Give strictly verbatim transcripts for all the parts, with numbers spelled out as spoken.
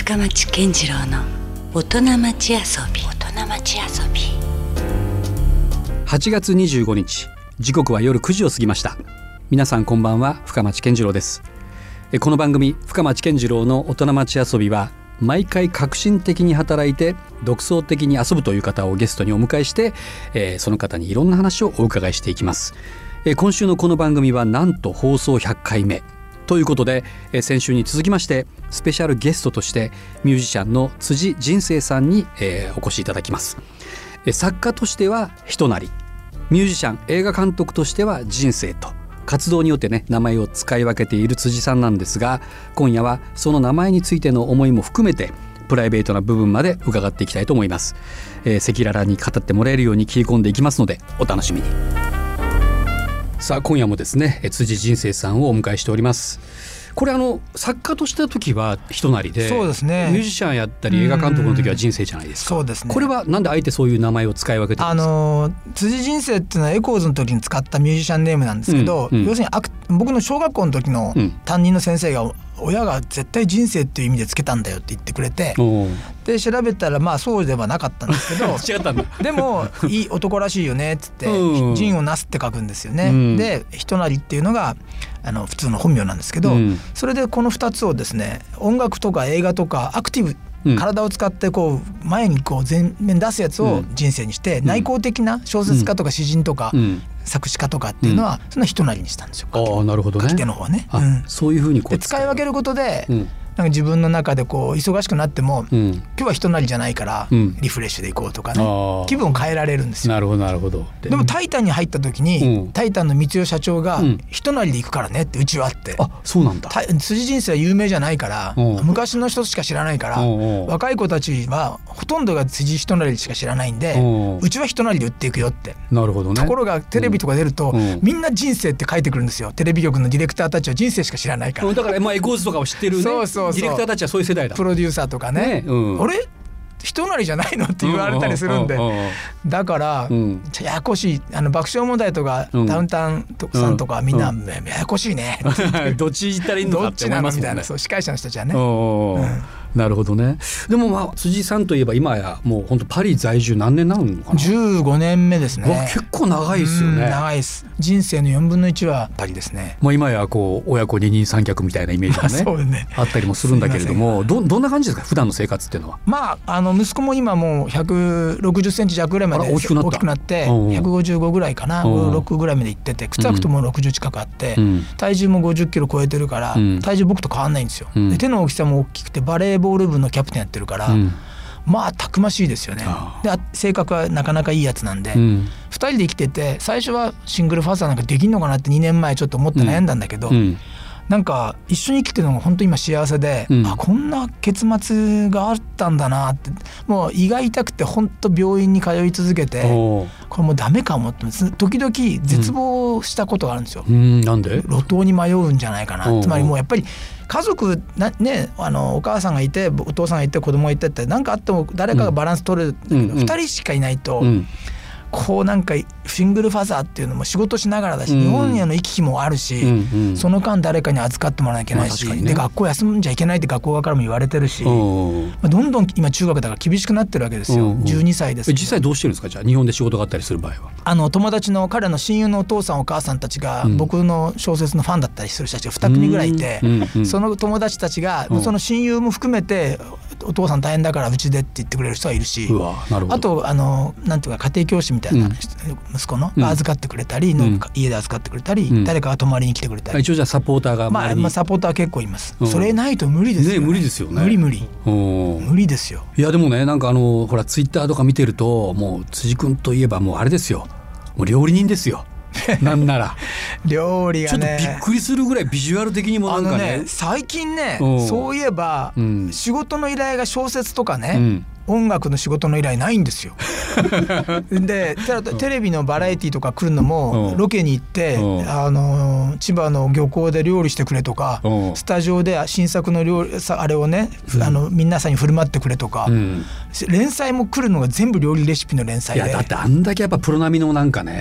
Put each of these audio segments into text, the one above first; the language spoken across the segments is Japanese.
深町健次郎の大人町遊び大人町遊びはちがつにじゅうごにち、時刻は夜くじを過ぎました。皆さんこんばんは、深町健次郎です。この番組深町健次郎の大人町遊びは、毎回革新的に働いて独創的に遊ぶという方をゲストにお迎えして、えー、その方にいろんな話をお伺いしていきます。えー、今週のこの番組はなんと放送ひゃっかいめということで、えー、先週に続きましてスペシャルゲストとしてミュージシャンの辻仁成さんに、えー、お越しいただきます。えー、作家としては人なり、ミュージシャン映画監督としては人生と活動によってね、名前を使い分けている辻さんなんですが、今夜はその名前についての思いも含めてプライベートな部分まで伺っていきたいと思います。えー、赤裸々に語ってもらえるように切り込んでいきますのでお楽しみに。さあ今夜もですね、辻仁成さんをお迎えしております。これあの作家とした時は人なりで、 そうですね、 ミュージシャンやったり映画監督の時は人生じゃないですか。 そうですね。 これはなんであえてそういう名前を使い分けてるんですか。 あの辻仁成っていうのはエコーズの時に使ったミュージシャンネームなんですけど、うんうん、要するにアク僕の小学校の時の担任の先生が、うん、親が絶対人生っていう意味でつけたんだよって言ってくれて、で調べたらまあそうではなかったんですけど違ったんだ。 でもいい男らしいよねっつって、 うん、 仁をなすって書くんですよね。うん、で人なりっていうのがあの普通の本名なんですけど、うん、それでこのふたつをですね、音楽とか映画とかアクティブ、うん、体を使ってこう前にこう前面出すやつを人生にして、うん、内向的な小説家とか詩人とか、うん、作詞家とかっていうのは、うん、そんな人なりにしたんですよ。 ああ、なるほどね。 書き手の方はね、 うん、そういうふうにこうで使い分けることで、うん、なんか自分の中でこう忙しくなっても、うん、今日は人なりじゃないから、うん、リフレッシュでいこうとかね、気分を変えられるんですよ。 なるほどなるほど。 でもタイタンに入った時に、うん、タイタンの光代社長が、うん、人なりで行くからねってうちはあって、 あ、そうなんだ。 辻仁成は有名じゃないから、昔の人しか知らないから、若い子たちはほとんどが辻人なりしか知らないんで、うちは人なりで売っていくよって。 なるほどね。 ところがテレビとか出ると、うん、みんな人生って書いてくるんですよ。テレビ局のディレクターたちは人生しか知らないから。 だから、まあ、エコーズとかを知ってるね、そうそうそう、ディレクターたちはそういう世代だ。 プロデューサーとかね、ね、うん、あれ人なりじゃないのって言われたりするんで、だから、うん、ややこしい、あの爆笑問題とか、うん、ダウンタウンさんとかみんな、うん、ややこしいねどっち行ったらいいのかって思いますもんね。どっちなのみたいな、そう司会者の人たちはね。 うん、なるほどね。でもまあ辻さんといえば今やもう本当パリ在住何年なのかな。 じゅうごねんめですね。 結構長いですよね。 長いです。人生のよんぶんのいちはパリですね。 まあ、今やこう親子二人三脚みたいなイメージが ね, そうねあったりもするんだけれども、ど, どんな感じですか普段の生活っていうのは。 まあ、あの息子も今もうひゃくろくじゅっセンチ弱ぐらいまで大きくなった、大きくなってひゃくごじゅうごぐらいかな、ごじゅうろくぐらいまで行ってて、靴履くともうろくじゅう近くあって、うん、体重もごじゅっキロ超えてるから、うん、体重僕と変わんないんですよ。うん、で手の大きさも大きくてバレーボール部のキャプテンやってるから、うん、まあたくましいですよね。で性格はなかなかいいやつなんで、うん、ふたりで生きてて最初はシングルファーザーなんかできんのかなってにねんまえちょっと思って悩んだんだけど、うんうん、なんか一緒に生きてるのが本当今幸せで、うん、あこんな結末があったんだなって、もう胃が痛くて本当病院に通い続けて、これもうダメかもって時々絶望したことがあるんですよ。 うん、なんで路頭に迷うんじゃないかな。つまりもうやっぱり家族な、ね、あのお母さんがいてお父さんがいて子供がいてって何かあっても誰かがバランス取れるんだけど、うん、ふたりしかいないと、うん、こうなんかシングルファザーっていうのも仕事しながらだし、うん、日本への行き来もあるし、うんうん、その間誰かに預かってもらわなきゃいけないし、まあね、で学校休んじゃいけないって学校側からも言われてるし、まあ、どんどん今中学だから厳しくなってるわけですよ。じゅうにさいですけど。 実際どうしてるんですか。じゃあ日本で仕事があったりする場合は。 あの友達の彼の親友のお父さんお母さんたちが僕の小説のファンだったりする人たちがにくみぐらいいて、うんうん、その友達たちがその親友も含めてお父さん大変だからうちでって言ってくれる人はいるし、 うわなるほど。 あとあのなんていうか家庭教師みたいな、うん、息子のが預かってくれたり、うん、家で預かってくれたり、うん、誰かが泊まりに来てくれたり、 一応じゃあサポーターがまあ、まあサポーター結構います。それないと無理ですよね。 ね、無理ですよね。 無理無理無理ですよ。 いやでもね、なんかあのほらツイッターとか見てるともう辻君といえばもうあれですよ、もう料理人ですよなんなら料理がねちょっとびっくりするぐらいビジュアル的にもなんか ね, ね最近ねそういえば、うん、仕事の依頼が小説とかね、うん音楽の仕事の依頼ないんですよでテレビのバラエティとか来るのもロケに行ってあの千葉の漁港で料理してくれとかスタジオで新作の料理あれをね、うん、あの皆さんに振る舞ってくれとか、うん、連載も来るのが全部料理レシピの連載で。 いやだってあんだけやっぱプロ並みのなんかね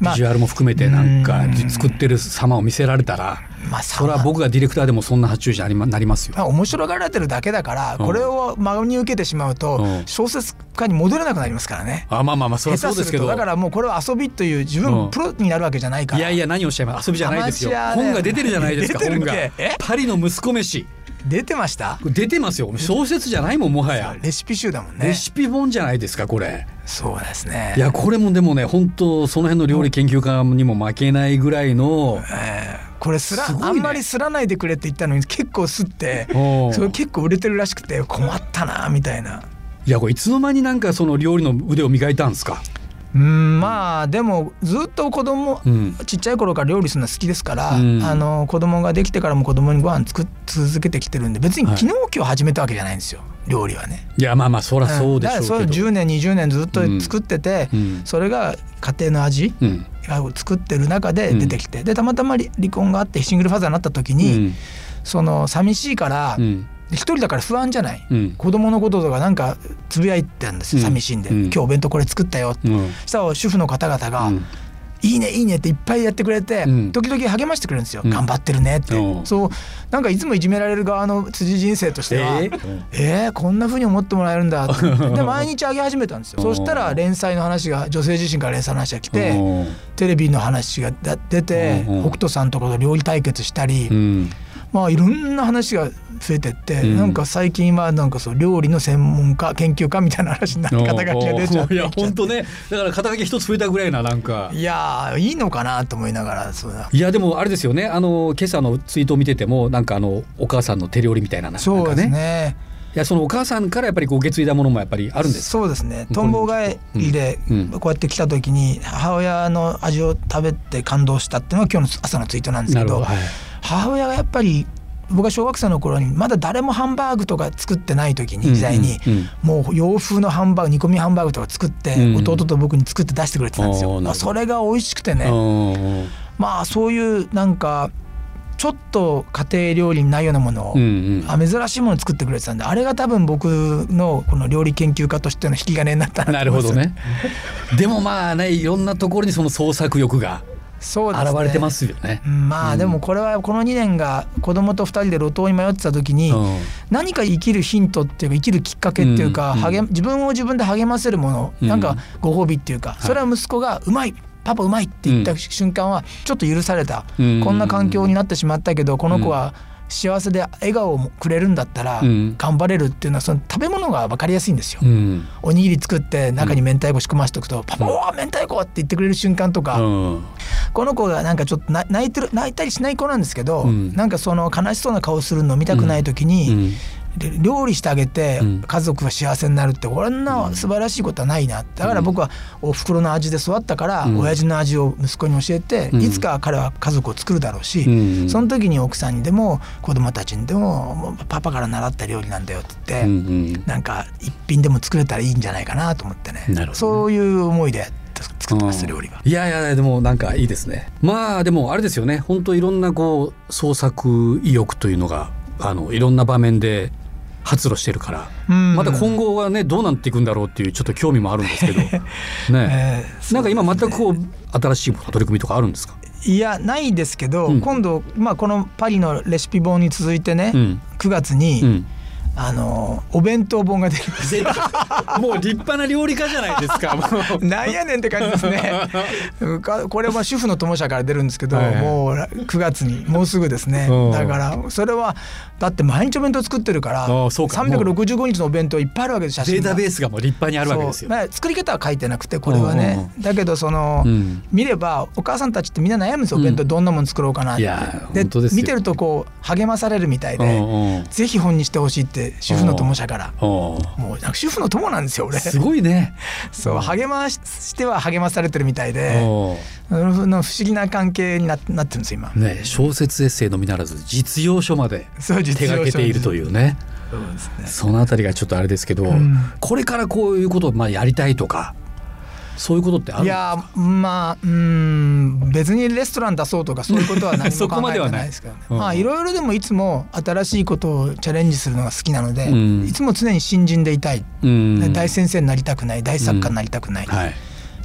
ビジュアルも含めてなんか作ってる様を見せられたら、まあ、それは僕がディレクターでもそんな発注者になりますよ。 まあ、面白がられてるだけだから、これを真に受けてしまうと小説家に戻れなくなりますからね。 あ、まあまあまあそれはそうですけど、 だからもうこれは遊びという、自分プロになるわけじゃないから。 いやいや、何をおっしゃいます。遊びじゃないですよ。本が出てるじゃないですか。本がパリの息子飯出てました。 出てますよ。小説じゃないもん、もはやレシピ集だもんね。 レシピ本じゃないですかこれ。 そうですね。 いや、これもでもね、本当その辺の料理研究家にも負けないぐらいの、 えー、これすら、ね、あんまりすらないでくれって言ったのに結構すって、それ結構売れてるらしくて困ったなみたいな。 いや、これいつの間になんかその料理の腕を磨いたんですか。 うん、まあでもずっと子供、うん、ちっちゃい頃から料理するの好きですから、うん、あの子供ができてからも子供にご飯作っ続けてきてるんで、別に昨日今日始めたわけじゃないんですよ、料理はね。 いや、まあまあそりゃそうでしょうけど、うん、だからそうじゅうねんにじゅうねんずっと作ってて、うん、それが家庭の味を作ってる中で出てきて、うん、でたまたま離婚があってシングルファザーになった時に、うん、その寂しいから、うん、一人だから不安じゃない、うん、子供のこととかなんかつぶやいてるんですよ、寂しいんで、うん、今日お弁当これ作ったよって、うん、そしたら主婦の方々が、うん、いいねいいねっていっぱいやってくれて、うん、時々励ましてくれるんですよ、うん、頑張ってるねって、うん、そうなんかいつもいじめられる側の辻人生としては、えー、えー、こんな風に思ってもらえるんだってで毎日あげ始めたんですよ。そしたら連載の話が、女性自身から連載の話が来て、テレビの話が出て、北斗さんとこと料理対決したり、うん、まあいろんな話が増えてって、うん、なんか最近はなんかそう料理の専門家研究家みたいな話になって肩書きが出ちゃって、 いや本当ね、だから肩書き一つ増えたぐらいな、なんかいやいいのかなと思いながら。そうだ、 いやでもあれですよね、あの今朝のツイートを見ててもなんかあのお母さんの手料理みたいな、なんかね、 そうですね。 いや、そのお母さんからやっぱりこう受け継いだものもやっぱりあるんですか。 そうですね、とんぼ返りでこうやって来た時に母親の味を食べて感動したっていうのが今日の朝のツイートなんですけど、はい、母親がやっぱり僕が小学生の頃にまだ誰もハンバーグとか作ってない時に、時代にもう洋風のハンバーグ、煮込みハンバーグとか作って弟と僕に作って出してくれてたんですよ、まあ、それが美味しくてね、まあそういうなんかちょっと家庭料理にないようなものを、うんうん、珍しいものを作ってくれてたんで、あれが多分僕のこの料理研究家としての引き金になったなと思います。 なるほどね。でもまあね、いろんなところにその創作欲が現れてますよね。 まあでもこれはこのにねんが子供とふたりで路頭に迷ってた時に、何か生きるヒントっていうか生きるきっかけっていうか、励自分を自分で励ませるもの、なんかご褒美っていうか、それは息子がうまいパパうまいって言った瞬間はちょっと許された、こんな環境になってしまったけどこの子は幸せで笑顔をくれるんだったら頑張れるっていうのは、その食べ物が分かりやすいんですよ、うん、おにぎり作って中に明太子仕込ましておくと、うん、パパおー明太子って言ってくれる瞬間とか、うん、この子がなんかちょっと泣いてる泣いたりしない子なんですけど、うん、なんかその悲しそうな顔するのを見たくない時に、うんうん料理してあげて家族が幸せになるって、こんな素晴らしいことはないな。だから僕はお袋の味で育ったから、親父の味を息子に教えて、いつか彼は家族を作るだろうし、その時に奥さんにでも子供たちにでもパパから習った料理なんだよって言って、なんか一品でも作れたらいいんじゃないかなと思ってね、そういう思いで作ってます、料理は。 いやいやでもなんかいいですね。まあでもあれですよね、本当いろんなこう創作意欲というのがあのいろんな場面で発露してるから、うん、また今後はねどうなっていくんだろうっていうちょっと興味もあるんですけどね、えー、なんか今全くこう新しい取り組みとかあるんですか。 いやないですけど、うん、今度、まあ、このパリのレシピ本に続いてね、うん、くがつに、うんあのお弁当本が出るんですよ。 もう立派な料理家じゃないですか。 なんやねんって感じですね。これは主婦の友社から出るんですけど、はいはい、もうくがつにもうすぐですね。だからそれはだって毎日お弁当作ってるからさんびゃくろくじゅうごにちのお弁当いっぱいあるわけです。写真がデータベースがもう立派にあるわけですよ。 まあ、作り方は書いてなくてこれはね、だけどその、うん、見ればお母さんたちってみんな悩むんですよ、お弁当どんなもの作ろうかなって、うん、で見てるとこう励まされるみたいで、ぜひ本にしてほしいって主婦の友社からもうなんか主婦の友なんですよ俺。 すごいね。 そう励ましては励まされてるみたいで、不思議な関係に な, なってるんです今、 ね、小説エッセイのみならず実用書まで手掛けているというね。そうですね。そのあたりがちょっとあれですけど、うん、これからこういうことをまあやりたいとかそういうことってあるんですか。 いやまあうーん別にレストラン出そうとかそういうことは何も考えてないですけどね。まあいろいろでもいつも新しいことをチャレンジするのが好きなので、うん、いつも常に新人でいたい、うん、大先生になりたくない、大作家になりたくない、うんはい、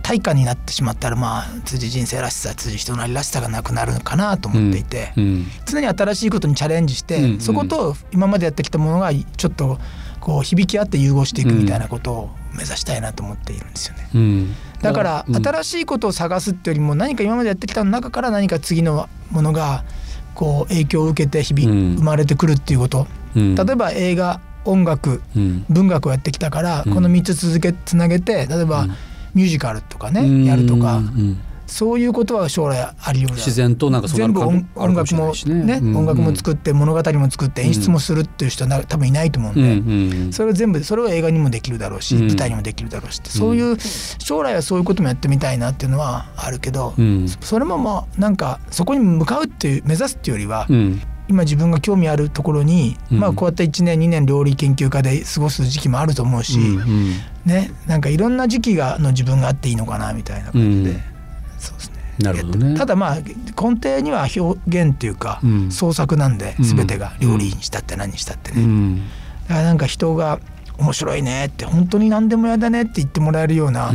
対価になってしまったら、まあ辻人生らしさ、辻人なりらしさがなくなるかなと思っていて、うんうん、常に新しいことにチャレンジして、うんうん、そこと今までやってきたものがちょっとこう響き合って融合していくみたいなことを目指したいなと思っているんですよね、うん、だから新しいことを探すっていうよりも、何か今までやってきたの中から何か次のものがこう影響を受けて日々生まれてくるっていうこと、うん、例えば映画、音楽、うん、文学をやってきたから、うん、このみっつ続けつなげて、例えば、うん、ミュージカルとかね、うん、やるとか、うん、そういうことは将来あり得る。 自然となんかそうなるかも、 全部音楽もね、うん、音楽も作って物語も作って演出もするっていう人は多分いないと思うんで、うんうん、それを全部それを映画にもできるだろうし、うん、舞台にもできるだろうしって、そういう将来はそういうこともやってみたいなっていうのはあるけど、うん、それもまあなんかそこに向かうっていう目指すっていうよりは、うん、今自分が興味あるところに、うんまあ、こうやっていちねんにねん料理研究家で過ごす時期もあると思うし、うんうんね、なんかいろんな時期がの自分があっていいのかなみたいな感じで、うん、そうですね。 なるほどね。 ただまあ根底には表現っていうか、うん、創作なんで、全てが料理にしたって何にしたってね、うん、だからなんか人が面白いねって本当に何でもやだねって言ってもらえるような、うん、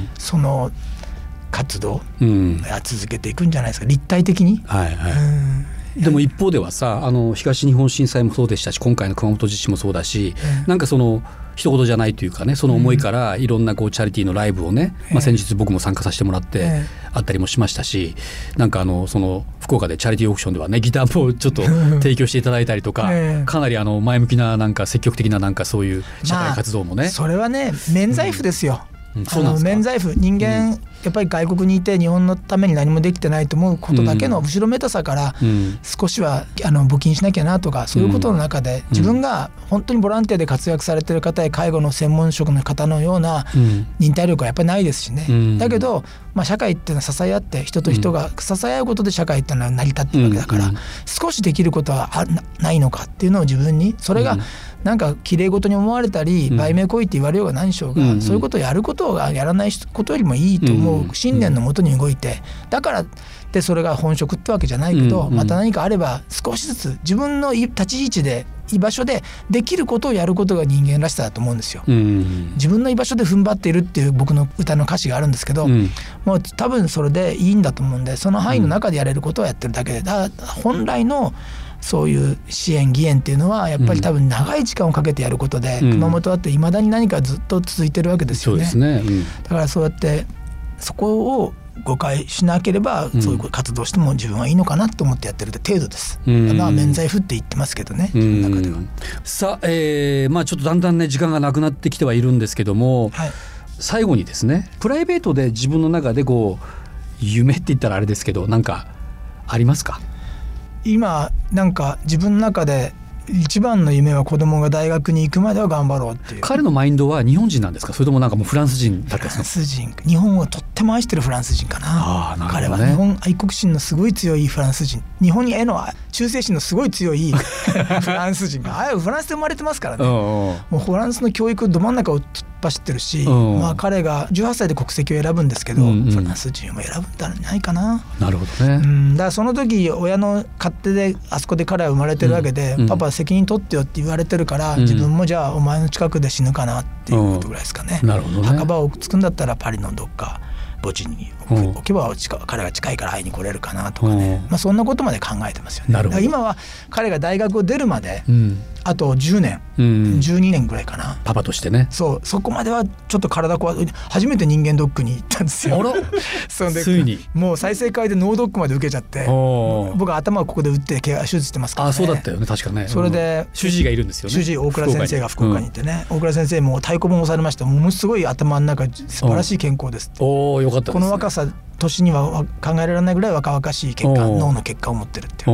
その活動が続けていくんじゃないですか、立体的に、はいはい、うんでも一方ではさ、あの東日本震災もそうでしたし、今回の熊本地震もそうだし、うん、なんかその一言じゃないというかね、その思いからいろんなこうチャリティーのライブをね、うんまあ、先日僕も参加させてもらってあったりもしましたし、なんかあのその福岡でチャリティーオークションではね、ギターもちょっと提供していただいたりとか、かなりあの前向きななんか積極的ななんかそういう社会活動もね、まあ、 それはね免罪符ですよ、うんうん、あの免罪符、人間、うんやっぱり外国にいて日本のために何もできてないと思うことだけの後ろめたさから少しはあの募金しなきゃなとか、そういうことの中で自分が本当にボランティアで活躍されてる方や介護の専門職の方のような忍耐力はやっぱりないですしね。だけどまあ社会っていうのは支え合って、人と人が支え合うことで社会っていうのは成り立ってるわけだから、少しできることはないのかっていうのを自分に、それがなんか綺麗事に思われたり売名行為って言われようが何しようが、そういうことをやることがやらないことよりもいいと思う信念のもとに動いて、だからってそれが本職ってわけじゃないけど、また何かあれば少しずつ自分の立ち位置で居場所でできることをやることが人間らしさだと思うんですよ。自分の居場所で踏ん張っているっていう僕の歌の歌詞があるんですけど、もう多分それでいいんだと思うんで、その範囲の中でやれることをやってるだけで、だから本来のそういう支援義援っていうのはやっぱり多分長い時間をかけてやることで、うん、熊本だっていまだに何かずっと続いてるわけですよね。そうですね、うん、だからそうやってそこを誤解しなければ、うん、そういう活動しても自分はいいのかなと思ってやってる程度です、うん、まあ免罪符って言ってますけどね、自分の中では。 さあ、えーまあ、ちょっとだんだんね時間がなくなってきてはいるんですけども、はい、最後にですね、プライベートで自分の中でこう夢って言ったらあれですけど、なんかありますか？ 今なんか自分の中で一番の夢は子供が大学に行くまでは頑張ろうっていう。 彼のマインドは日本人なんですか、それともなんかもうフランス人だったんですか？ フランス人、日本をとっても愛してるフランス人かな。あ、なるほどね。彼は日本愛国心のすごい強いフランス人、日本への忠誠心のすごい強いフランス人が、あれフランスで生まれてますからね。もうフランスの教育ど真ん中を突っ走ってるし、まあ、彼がじゅうはっさいで国籍を選ぶんですけど、うんうん、フランス人を選ぶんじゃないかな。 なるほどね、 うん、だからその時親の勝手であそこで彼は生まれてるわけで、うんうん、パパ責任取ってよって言われてるから、うん、自分もじゃあお前の近くで死ぬかなっていうことぐらいですかね、うん、なるほどね。墓場をつくんだったらパリのどっか墓地に置けば彼が近いから会いに来れるかなとかね、まあ、そんなことまで考えてますよね。だから今は彼が大学を出るまで、うん、あとじゅうねん、うん、じゅうにねんぐらいかな、 パパとしてね。 そう、そこまではちょっと体壊す。初めて人間ドックに行ったんですよ。あらそんでついにもう再生会で脳ドックまで受けちゃって、僕は頭をここで打って手術してますからね。あ、そうだったよね、確かね。それで主治医がいるんですよね。 主治医大倉先生が福岡にいてね、うん、大倉先生も太鼓判を押されました。ものすごい頭の中素晴らしい健康ですって。 おー、よかったですね。 この若さ年には考えられないぐらい若々しい結果、脳の結果を持ってるっていう。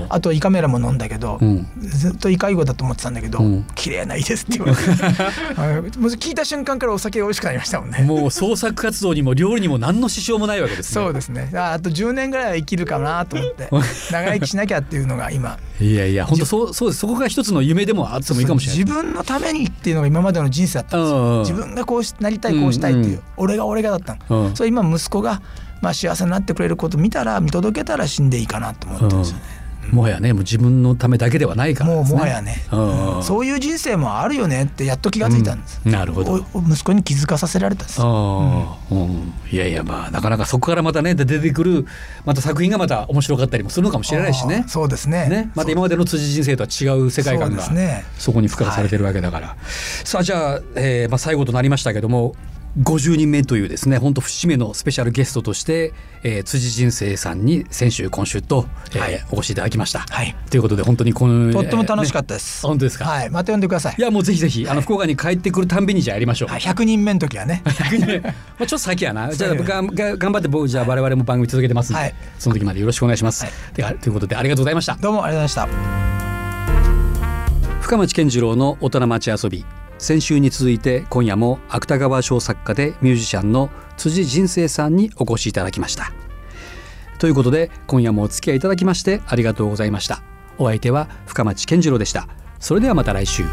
あと胃カメラも飲んだけど、うん、ずっと胃介護だと思ってたんだけど、うん、綺麗な胃ですって言われてもう聞いた瞬間からお酒が美味しくなりましたもんね。 もう創作活動にも料理にも何の支障もないわけですね。 そうですね。あとじゅうねんぐらいは生きるかなと思って長生きしなきゃっていうのが今いやいや本当そうそうです。そこが一つの夢でもあってもいいかもしれない。 自分のためにっていうのが今までの人生だったんですよ。自分がこうなりたいこうしたいっていう、うんうん、俺が俺がだったの、うん、それ今息子がまあ幸せになってくれること見たら見届けたら死んでいいかなと思ってるんですよね、 もはやねもう自分のためだけではないからですね。 もうもはやね、うん、そういう人生もあるよねってやっと気がついたんです、 うん、なるほど。 息子に気づかさせられたんです。あ、 うんうん、いやいやまあなかなかそこからまたね出てくるまた作品がまた面白かったりもするのかもしれないしね。 そうです ね, ねまた今までの辻人生とは違う世界観が そ,、ね、そこに付加されてるわけだから、はい、さあじゃあ、えーまあ、最後となりましたけどもごじゅうにんめというですね本当節目のスペシャルゲストとして、えー、辻人生さんに先週今週と、えーはい、お越しいただきました、はい、ということで本当にこのとっても楽しかったです、 ね、本当ですか、 はい、また呼んでください。 いやもうぜひぜひ、はい、あの福岡に帰ってくるたんびにじゃあやりましょう、 はい、ひゃくにんめの時はねひゃくにんめまあちょっと先やなじゃあがが頑張って僕じゃあ我々も番組続けてますんで、はい、その時までよろしくお願いします、はい、ではということでありがとうございました。 どうもありがとうございました。 深町健次郎の大人町遊び、先週に続いて今夜も芥川賞作家でミュージシャンの辻人生さんにお越しいただきました。ということで今夜もお付き合いいただきましてありがとうございました。お相手は深町健次郎でした。それではまた来週。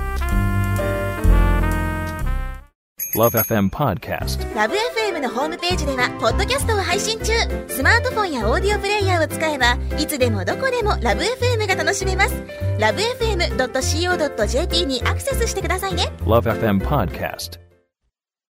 ラブエフエム Podcast。 ラブ エフエム のホームページではポッドキャストを配信中。スマートフォンやオーディオプレイヤーを使えばいつでもどこでもラブ エフエム が楽しめます。ラブエフエムドットシーオードットジェーピー にアクセスしてくださいね。 ラブエフエム Podcast。